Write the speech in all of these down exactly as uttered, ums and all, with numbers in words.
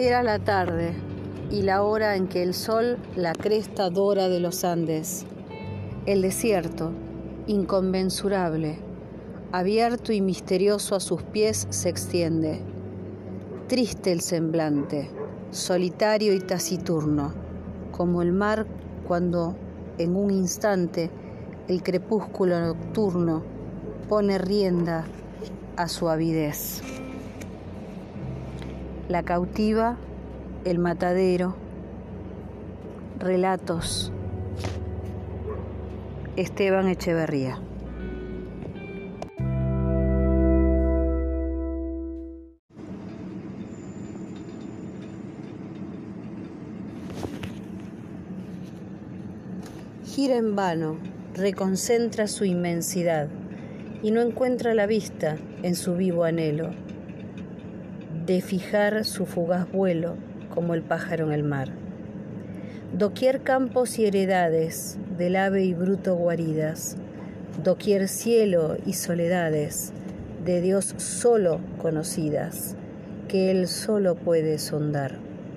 Era la tarde y la hora en que el sol la cresta dora de los Andes. El desierto, inconmensurable, abierto y misterioso a sus pies, se extiende. Triste el semblante, solitario y taciturno, como el mar cuando en un instante el crepúsculo nocturno pone rienda a su avidez. La cautiva, el matadero, relatos. Esteban Echeverría. Gira en vano, reconcentra su inmensidad y no encuentra la vista en su vivo anhelo de fijar su fugaz vuelo como el pájaro en el mar. Doquier campos y heredades del ave y bruto guaridas, doquier cielo y soledades de Dios solo conocidas, que Él solo puede sondar.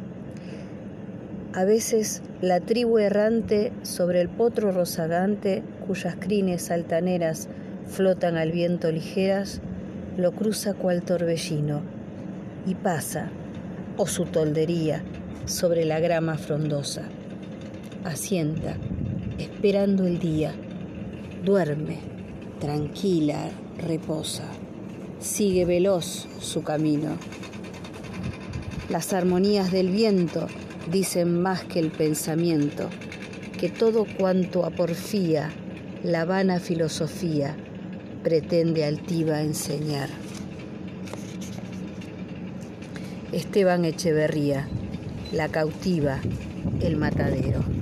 A veces la tribu errante sobre el potro rozagante, cuyas crines altaneras flotan al viento ligeras, lo cruza cual torbellino y pasa, o su toldería, sobre la grama frondosa. Asienta, esperando el día, duerme, tranquila, reposa, sigue veloz su camino. Las armonías del viento dicen más que el pensamiento, que todo cuanto a porfía la vana filosofía pretende altiva enseñar. Esteban Echeverría, La cautiva, el matadero.